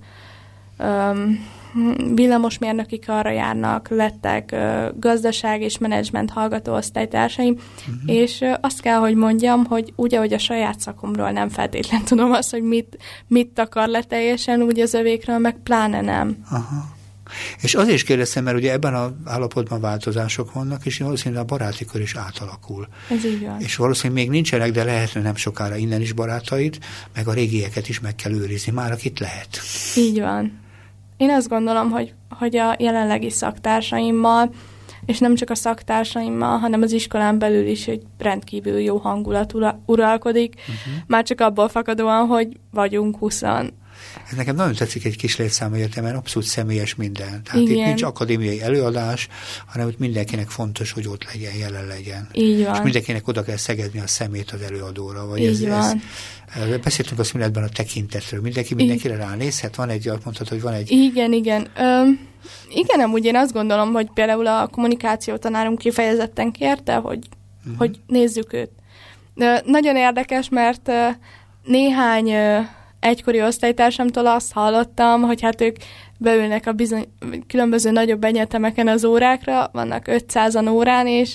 B: villamosmérnöki karra járnak, lettek gazdaság és menedzsment hallgató osztálytársaim, és azt kell, hogy mondjam, hogy úgy, ahogy a saját szakomról nem feltétlen tudom azt, hogy mit akar le teljesen, úgy az övékről, meg pláne nem.
A: Aha. És azért is kérdeztem, mert ugye ebben az állapotban változások vannak, és valószínűleg a baráti kör is átalakul.
B: Ez így van.
A: És valószínűleg még nincsenek, de lehetne nem sokára innen is barátaid, meg a régieket is meg kell őrizni, már akit lehet.
B: Így van. Én azt gondolom, hogy a jelenlegi szaktársaimmal, és nem csak a szaktársaimmal, hanem az iskolán belül is egy rendkívül jó hangulat uralkodik. Már csak abból fakadóan, hogy vagyunk 20.
A: Ez nekem nagyon tetszik egy kis létszámú értelmen, abszolút személyes minden. Tehát
B: igen.
A: Itt nincs akadémiai előadás, hanem hogy mindenkinek fontos, hogy ott legyen, jelen legyen.
B: Így van.
A: És mindenkinek oda kell szegedni a szemét az előadóra. Vagy
B: így van.
A: Beszéltünk a szünetben a tekintetről. Mindenkire ránézhet? Van egy, mondhatod, hogy van egy...
B: Igen. Igen, amúgy én azt gondolom, hogy például a kommunikáció tanárunk kifejezetten kérte, hogy nézzük őt. De nagyon érdekes, mert néhány egykori osztálytársamtól azt hallottam, hogy hát ők beülnek a különböző nagyobb egyetemeken az órákra, vannak 500-an órán, és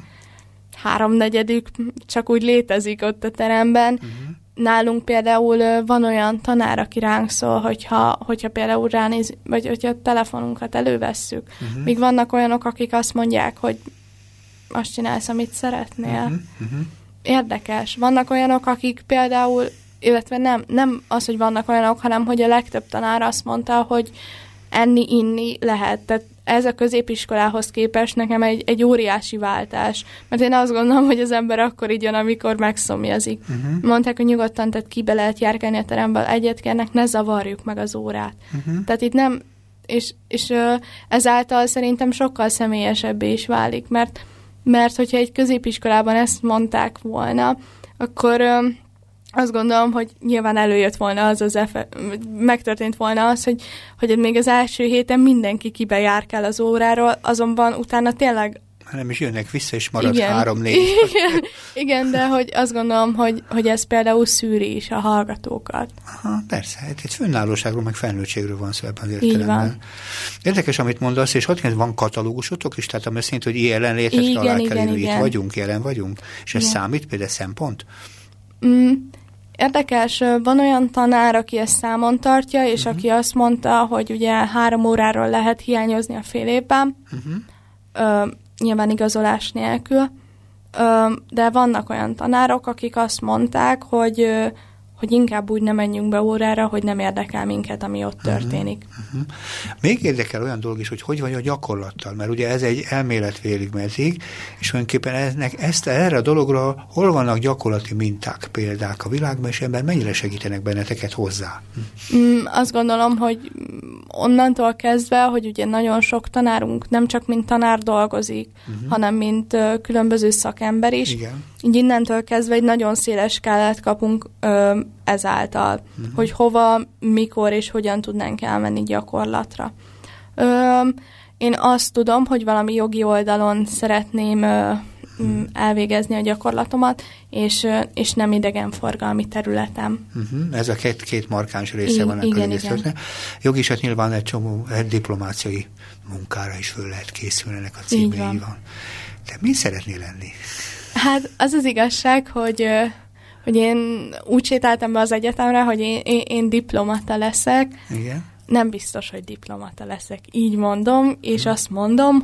B: 3/4 csak úgy létezik ott a teremben. Nálunk például van olyan tanár, aki ránk szól, hogyha például ránéz, vagy hogyha a telefonunkat elővesszük. Míg vannak olyanok, akik azt mondják, hogy azt csinálsz, amit szeretnél. Érdekes. Vannak olyanok, akik például, illetve nem az, hogy vannak olyanok, hanem hogy a legtöbb tanár azt mondta, hogy enni, inni lehet. Tehát ez a középiskolához képest nekem egy óriási váltás. Mert én azt gondolom, hogy az ember akkor igyon, amikor megszomjazik. Mondták, hogy nyugodtan, tehát kibe lehet járkálni a teremből, egyet kérnek, ne zavarjuk meg az órát. Tehát itt nem, és ezáltal szerintem sokkal személyesebbé is válik, mert mert hogyha egy középiskolában ezt mondták volna, akkor azt gondolom, hogy nyilván előjött volna megtörtént volna az, hogy még az első héten mindenki kibejárkál az óráról, azonban utána tényleg
A: nem is jönnek vissza, és marad 3-4.
B: Igen, de hogy azt gondolom, hogy ez például szűri is a hallgatókat.
A: Aha, persze, egy fönnállóságról, meg felnőttségről van szó ebben az értelemben. Érdekes, amit mondasz, és hogy van katalógusotok is, tehát ami azt jelenti, hogy jelen létet alá kell írni, itt vagyunk, jelen vagyunk, és ez számít például szempont?
B: Érdekes, van olyan tanár, aki ezt számon tartja, és aki azt mondta, hogy ugye 3 óráról lehet hiányozni a fél évben, nyilván igazolás nélkül, de vannak olyan tanárok, akik azt mondták, hogy inkább úgy nem menjünk be órára, hogy nem érdekel minket, ami ott történik.
A: Még érdekel olyan dolog is, hogy vagy a gyakorlattal, mert ugye ez egy elmélet vélig meddig, és tulajdonképpen erre a dologra hol vannak gyakorlati minták, példák a világban, és ebben mennyire segítenek benneteket hozzá?
B: Azt gondolom, hogy onnantól kezdve, hogy ugye nagyon sok tanárunk nem csak mint tanár dolgozik, hanem mint különböző szakember is. Igen. Így innentől kezdve egy nagyon széles skálát kapunk ezáltal, hogy hova, mikor és hogyan tudnánk elmenni gyakorlatra. Én azt tudom, hogy valami jogi oldalon szeretném elvégezni a gyakorlatomat, és nem idegenforgalmi területem.
A: Ez a két markáns része van.
B: Igen.
A: Jogisat nyilván egy csomó diplomáciai munkára is föl lehet készülni, ennek a címei van. De mi szeretnél lenni?
B: Hát az az igazság, hogy én úgy sétáltam be az egyetemre, hogy én diplomata leszek.
A: Igen.
B: Nem biztos, hogy diplomata leszek. Így mondom, és azt mondom,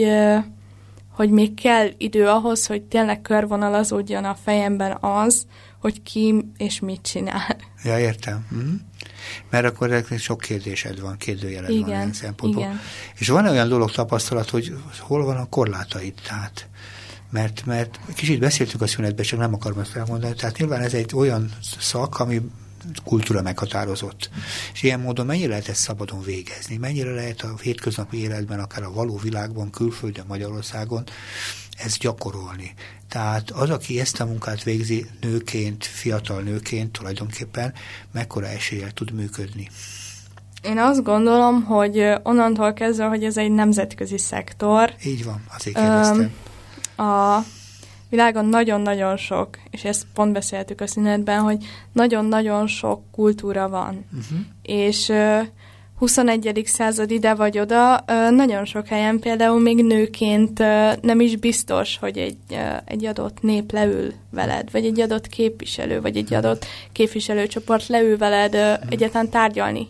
B: hogy még kell idő ahhoz, hogy tényleg körvonalazódjon a fejemben az, hogy ki és mit csinál.
A: Ja, értem. Mert akkor sok kérdésed van, kérdőjeled van ilyen szempontból. Igen. És van olyan dolog tapasztalat, hogy hol van a korlátaid, tehát mert kicsit beszéltük a szünetben, csak nem akarom ezt elmondani, tehát nyilván ez egy olyan szak, ami kultúra meghatározott. És ilyen módon mennyire lehet ezt szabadon végezni? Mennyire lehet a hétköznapi életben, akár a való világban, külföldön, Magyarországon ezt gyakorolni? Tehát az, aki ezt a munkát végzi nőként, fiatal nőként tulajdonképpen, mekkora eséllyel tud működni?
B: Én azt gondolom, hogy onnantól kezdve, hogy ez egy nemzetközi szektor.
A: Így van, azért kérdeztem.
B: A világon nagyon-nagyon sok, és ezt pont beszéltük a szünetben, hogy nagyon-nagyon sok kultúra van. És 21. század ide vagy oda, nagyon sok helyen például még nőként nem is biztos, hogy egy adott nép leül veled, vagy egy adott képviselő, vagy egy adott képviselőcsoport leül veled egyáltalán tárgyalni.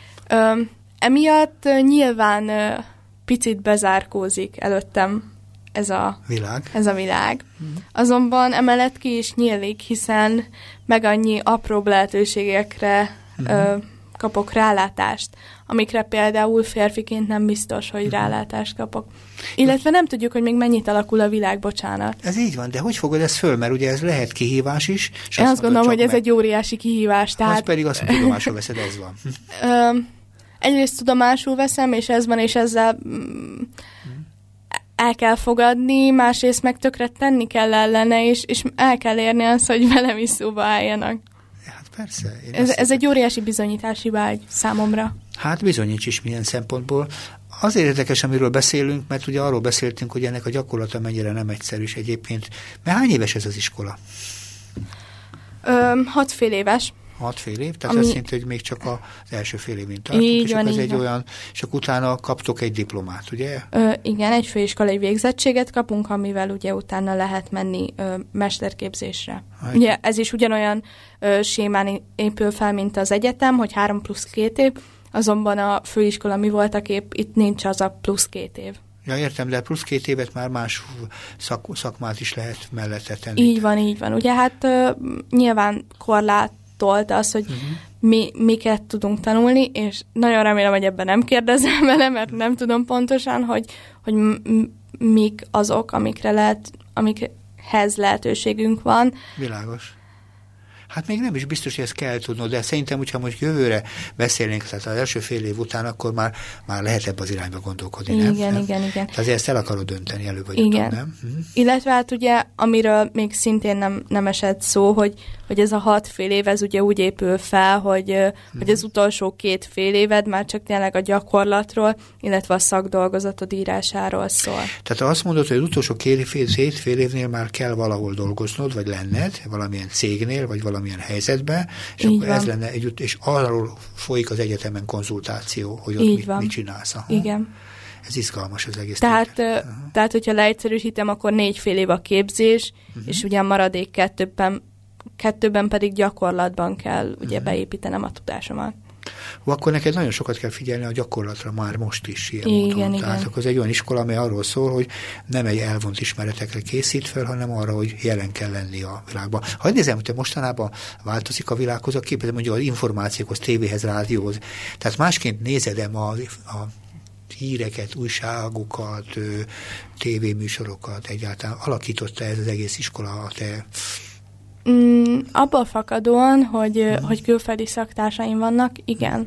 B: Emiatt nyilván picit bezárkózik előttem ez a világ. Azonban emellett ki is nyílik, hiszen meg annyi apróbb lehetőségekre kapok rálátást, amikre például férfiként nem biztos, hogy rálátást kapok. Illetve nem tudjuk, hogy még mennyit alakul a világ, bocsánat.
A: Ez így van, de hogy fogod ezt föl? Mert ugye ez lehet kihívás is.
B: Én azt gondolom, hogy ez egy óriási kihívás. Tehát...
A: Az pedig azt, hogy tudomásul veszed, ez van.
B: Egyrészt tudomásul veszem, és ez van, és ezzel el kell fogadni, másrészt meg tökre tenni kell ellene, és el kell érni azt, hogy velem is szóba álljanak.
A: Hát persze.
B: Ez egy óriási bizonyítási vágy számomra.
A: Hát bizonyíts is milyen szempontból. Azért érdekes, amiről beszélünk, mert ugye arról beszéltünk, hogy ennek a gyakorlata mennyire nem egyszerű egyébként. Mert hány éves ez az iskola?
B: 6 fél éves.
A: 6 fél év, tehát azt jelenti, hogy még csak az első fél évén tartunk, és van, ez egy olyan, és akkor utána kaptok egy diplomát, ugye?
B: Igen, egy főiskolai végzettséget kapunk, amivel ugye utána lehet menni mesterképzésre. Ugye ez is ugyanolyan sémán épül fel, mint az egyetem, hogy 3+2 év, azonban a főiskola mi voltak épp, itt nincs az a +2 év.
A: Ja, értem, de +2 évet már más szakmát is lehet mellette tenni.
B: Így van. Ugye hát nyilván korlátolt az, hogy miket tudunk tanulni, és nagyon remélem, hogy ebben nem kérdezem vele, mert nem tudom pontosan, hogy mik azok, amikhez lehetőségünk van.
A: Világos. Hát még nem is biztos, hogy ezt kell tudnod, de szerintem, hogyha most jövőre beszélnénk, tehát az első fél év után, akkor már lehet ebbe az irányba gondolkodni, nem?
B: Igen.
A: Tehát azért ezt el akarod dönteni előbb, vagy
B: igen.
A: utána, nem?
B: Illetve hát ugye, amiről még szintén nem esett szó, hogy ez a 6 fél év, ez ugye úgy épül fel, hogy az utolsó 2 fél éved már csak tényleg a gyakorlatról, illetve a szakdolgozatod írásáról szól. Tehát
A: azt mondod, hogy az utolsó 2 fél évnél már kell valahol dolgoznod, vagy lenned, valamilyen cégnél, vagy valamilyen helyzetben, és
B: így
A: akkor
B: van.
A: ez lenne együtt, és arról folyik az egyetemen konzultáció, hogy ott mit csinálsz. Aha.
B: Igen.
A: Ez izgalmas az egész.
B: Tehát, hogyha leegyszerűsítem, akkor 4 fél év a képzés, és ugye a maradék 2-ben pedig gyakorlatban kell ugye beépítenem a tudásomat.
A: Akkor neked nagyon sokat kell figyelni a gyakorlatra már most is ilyen
B: igen,
A: módon. Tehát akkor ez egy olyan iskola, amely arról szól, hogy nem egy elvont ismeretekre készít fel, hanem arra, hogy jelen kell lenni a világban. Ha nézem, hogy mostanában változik a világhoz a kép, mondjuk az információkhoz, tévéhez, rádióhoz. Tehát másként nézedem a híreket, újságokat, tévéműsorokat egyáltalán. Alakította ez az egész iskola a te...
B: Abból fakadóan, hogy külföldi szaktársaim vannak, igen.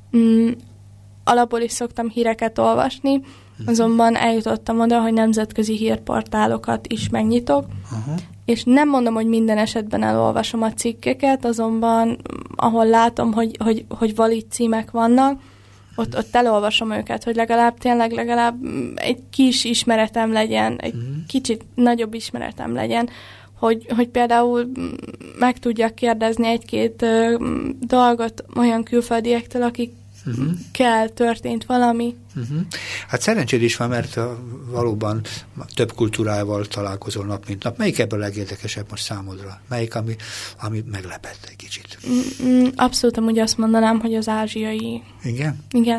B: Alapból is szoktam híreket olvasni, azonban eljutottam oda, hogy nemzetközi hírportálokat is megnyitok, és nem mondom, hogy minden esetben elolvasom a cikkeket, azonban ahol látom, hogy valid címek vannak, ott elolvasom őket, hogy legalább egy kis ismeretem legyen, egy kicsit nagyobb ismeretem legyen, hogy például meg tudjak kérdezni egy-két dolgot olyan külföldiektől, akikkel történt valami.
A: Hát szerencséd is van, mert valóban több kultúrával találkozol nap, mint nap. Melyik ebből a legérdekesebb most számodra? Melyik, ami meglepett egy kicsit?
B: Abszolút amúgy azt mondanám, hogy az ázsiai.
A: Igen?
B: Igen.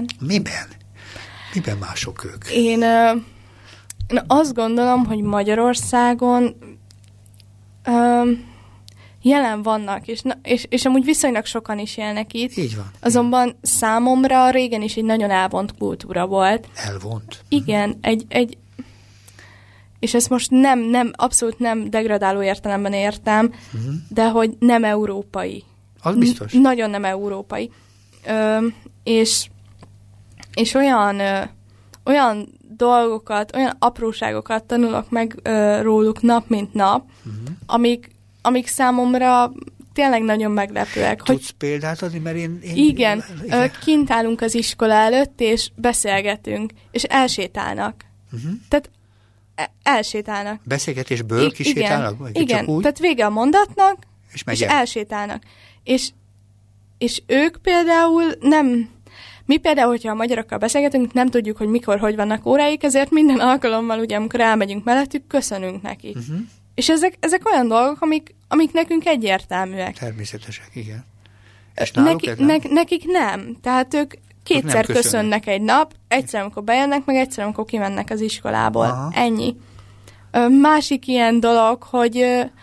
A: Miben mások ők?
B: Én azt gondolom, hogy Magyarországon jelen vannak, és amúgy viszonylag sokan is élnek itt.
A: Így van.
B: Azonban számomra régen is egy nagyon elvont kultúra volt.
A: Elvont?
B: Igen, és ezt most abszolút nem degradáló értelemben értem, de hogy nem európai.
A: Az biztos.
B: Nagyon nem európai. És olyan dolgokat, olyan apróságokat tanulok meg róluk nap, mint nap, amik számomra tényleg nagyon meglepőek.
A: Tudsz példát adni, mert én...
B: Igen, kint állunk az iskola előtt, és beszélgetünk, és elsétálnak. Tehát elsétálnak.
A: Beszélgetésből kisétálnak?
B: Igen, tehát vége a mondatnak, és elsétálnak. És ők például nem... Mi például, hogyha a magyarokkal beszélgetünk, nem tudjuk, hogy mikor, hogy vannak óráik, ezért minden alkalommal, ugye, amikor elmegyünk mellettük, köszönünk neki. És ezek olyan dolgok, amik nekünk egyértelműek.
A: Természetesek, igen.
B: És nekik nem. Tehát ők kétszer köszönnek egy nap, egyszer, amikor bejönnek, meg egyszer, amikor kimennek az iskolából. Aha. Ennyi. Másik ilyen dolog, hogy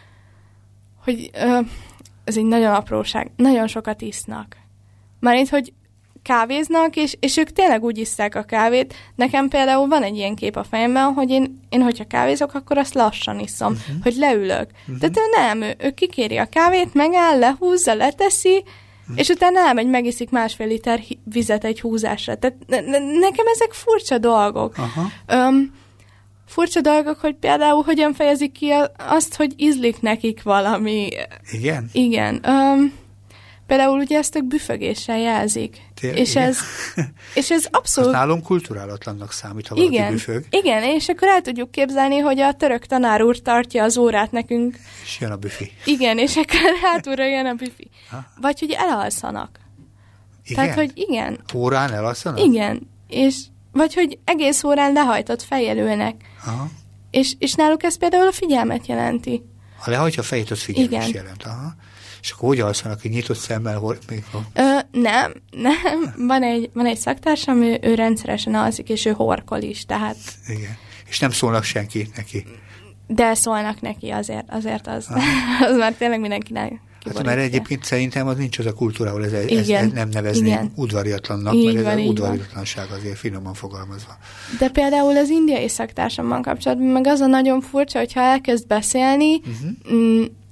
B: ez egy nagyon apróság. Nagyon sokat isznak. Mármint, hogy kávéznak, és ők tényleg úgy isszák a kávét. Nekem például van egy ilyen kép a fejemben, hogy én hogyha kávézok, akkor azt lassan iszom, hogy leülök. Tehát ő kikéri a kávét, megáll, lehúzza, leteszi, és utána elmegy, megiszik 1,5 liter vizet egy húzásra. Tehát nekem ezek furcsa dolgok. Furcsa dolgok, hogy például hogyan fejezik ki azt, hogy ízlik nekik valami.
A: Igen?
B: Igen. Például ugye ezt ők büfögéssel jelzik. És ez abszolút...
A: Az nálunk kulturálatlannak számít, ha valaki büfög.
B: Igen, és akkor el tudjuk képzelni, hogy a török tanár úr tartja az órát nekünk.
A: És jön a büfi.
B: Igen, és akkor hátulra jön a büfi. Vagy hogy elalszanak.
A: Igen?
B: Tehát, hogy igen.
A: Órán elalszanak?
B: Igen, vagy hogy egész órán lehajtott fejjel ülnek.
A: Aha.
B: És náluk ez például a figyelmet jelenti.
A: Ha lehajtja a fejét, az figyelmet jelent. Aha. És akkor hogy alszanak, hogy nyitott szemmel?
B: Nem. Van egy szaktársam, ő rendszeresen alszik, és ő horkol is, tehát...
A: Igen. És nem szólnak senki neki?
B: De szólnak neki, azért az már tényleg mindenkinek
A: Hát mert egyébként szerintem az nincs az a kultúra, ahol ez nem nevezni udvariatlannak,
B: így
A: mert
B: van,
A: ez udvariatlanság azért finoman fogalmazva.
B: De például az indiai szaktársammal kapcsolatban meg az a nagyon furcsa, hogyha elkezd beszélni,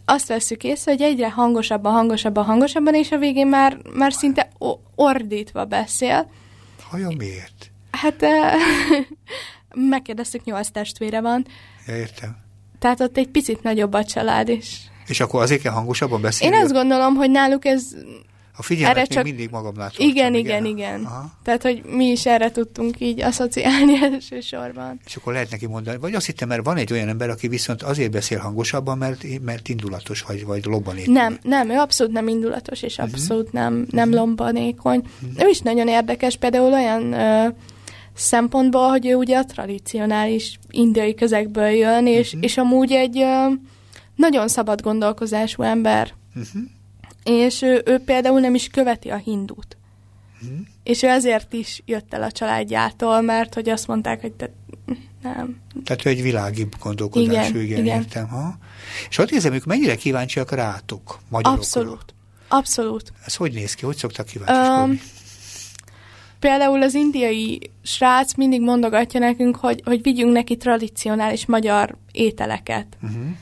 B: azt vesszük észre, hogy egyre hangosabban, és a végén már szinte ordítva beszél.
A: Vajon miért?
B: Hát megkérdeztük, 8 testvére van.
A: Ja, értem.
B: Tehát ott egy picit nagyobb a család is.
A: És akkor azért kell hangosabban beszélni?
B: Én azt gondolom, hogy náluk ez...
A: A figyelmet még mindig magamnál tartom.
B: Igen. Aha. Tehát, hogy mi is erre tudtunk így asszociálni elsősorban.
A: És akkor lehet neki mondani, vagy azt hittem, mert van egy olyan ember, aki viszont azért beszél hangosabban, mert indulatos, vagy lobbanékony.
B: Nem, ő abszolút nem indulatos, és abszolút nem lobbanékony. Ő is nagyon érdekes, például olyan szempontból, hogy ő ugye a tradicionális indiai közegből jön, és amúgy egy nagyon szabad gondolkozású ember. És ő például nem is követi a hindút. És ő ezért is jött el a családjától, mert hogy azt mondták, hogy nem.
A: Tehát ő egy világibb gondolkodású, igen. Értem. Ha? És ott érzem, ők mennyire kíváncsiak rátok, magyarokra?
B: Abszolút.
A: Ez hogy néz ki? Hogy szoktak kíváncsiskodni?
B: Például az indiai srác mindig mondogatja nekünk, hogy vigyünk neki tradicionális magyar ételeket.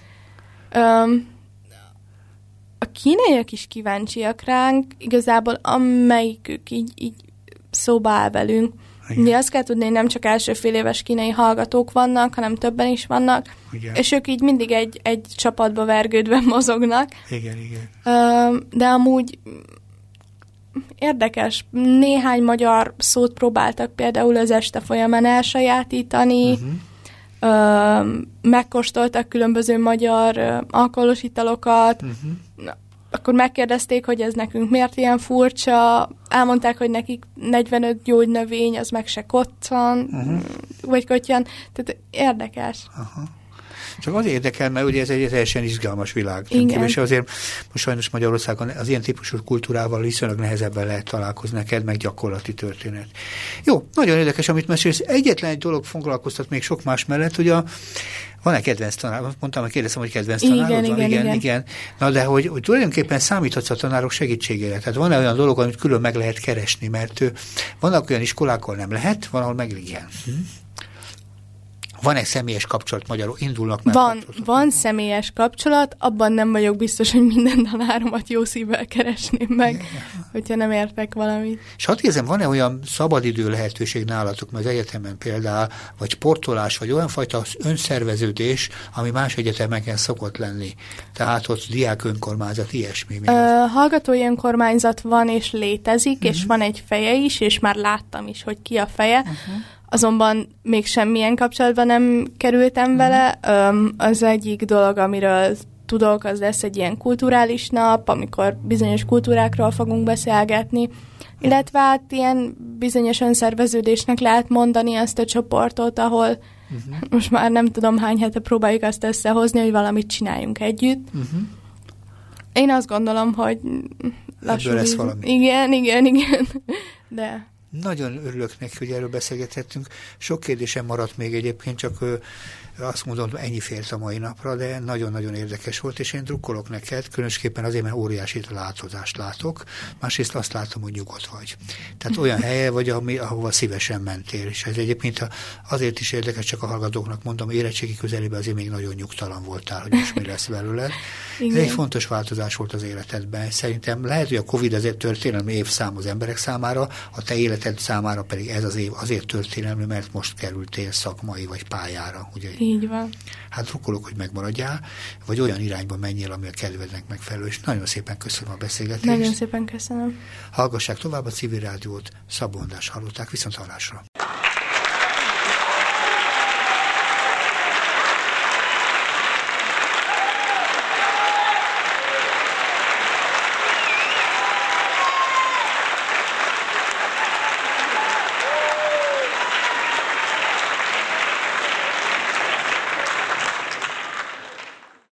B: A kínaiak is kíváncsiak ránk, igazából amelyikük így szóba áll velünk. Ugye azt kell tudni, hogy nem csak első fél éves kínai hallgatók vannak, hanem többen is vannak, igen. És ők így mindig egy csapatba vergődve mozognak.
A: Igen.
B: De amúgy érdekes, néhány magyar szót próbáltak például az este folyamán elsajátítani, megkóstoltak különböző magyar alkoholos italokat, akkor megkérdezték, hogy ez nekünk miért ilyen furcsa, elmondták, hogy nekik 45 gyógynövény, az meg se koccan, vagy kottyan, tehát érdekes.
A: Csak azért érdekel, mert ugye ez egy teljesen izgalmas világ. És azért most sajnos Magyarországon az ilyen típusú kultúrával viszonylag nehezebben lehet találkozni neked, meg gyakorlati történet. Jó, nagyon érdekes, amit mesélsz. Egyetlen egy dolog foglalkoztat még sok más mellett, hogy van-e kedvenc tanár? Mondtam, hogy kérdeztem, hogy kedvenc tanárod van? Igen. Na, de hogy tulajdonképpen számíthatsz a tanárok segítségére. Tehát van-e olyan dolog, amit külön meg lehet keresni, mert vannak olyan iskolák, ahol nem lehet, van, ahol meg igen. Van-e személyes kapcsolat magyarul? Indulnak már?
B: Van személyes kapcsolat, abban nem vagyok biztos, hogy minden tanáromat jó szívvel keresném meg, hogyha nem értek valamit.
A: És hadd kérdezem, van-e olyan szabadidő lehetőség nálatok, mert az egyetemen például, vagy sportolás, vagy olyan fajta önszerveződés, ami más egyetemeken szokott lenni? Tehát ott diák önkormányzat, ilyesmi.
B: Hallgatói önkormányzat van és létezik, és van egy feje is, és már láttam is, hogy ki a feje. Azonban még semmilyen kapcsolatban nem kerültem vele. Az egyik dolog, amiről tudok, az lesz egy ilyen kulturális nap, amikor bizonyos kultúrákról fogunk beszélgetni, illetve hát ilyen bizonyos önszerveződésnek lehet mondani azt a csoportot, ahol most már nem tudom hány hete próbáljuk azt összehozni, hogy valamit csináljunk együtt. Én azt gondolom, hogy
A: ebből lesz valami.
B: Igen. De...
A: Nagyon örülök neki, hogy erről beszélgethettünk. Sok kérdésem maradt még egyébként, csak azt mondom, ennyi fért a mai napra, de nagyon-nagyon érdekes volt, és én drukkolok neked, különösképpen azért, mert óriási változást látok. Másrészt azt látom, hogy nyugodt vagy. Tehát olyan helye vagy, ahova szívesen mentél. És ez egyébként azért is érdekes, csak a hallgatóknak mondom, érettségi közelében azért még nagyon nyugtalan voltál, hogy most mi lesz belőled. Ez egy fontos változás volt az életedben. Szerintem lehet, hogy a Covid azért történelmi évszám az emberek számára, a te életed számára pedig ez az év azért történelmi, mert most kerültél szakmai vagy pályára. Ugye?
B: Így van.
A: Hát drukkolok, hogy megmaradjál, vagy olyan irányba menjél, ami a kedvednek megfelelő. És nagyon szépen köszönöm a beszélgetést.
B: Nagyon szépen köszönöm.
A: Hallgassák tovább a Civil Rádiót, Szabó Andrást hallották, viszont hallásra.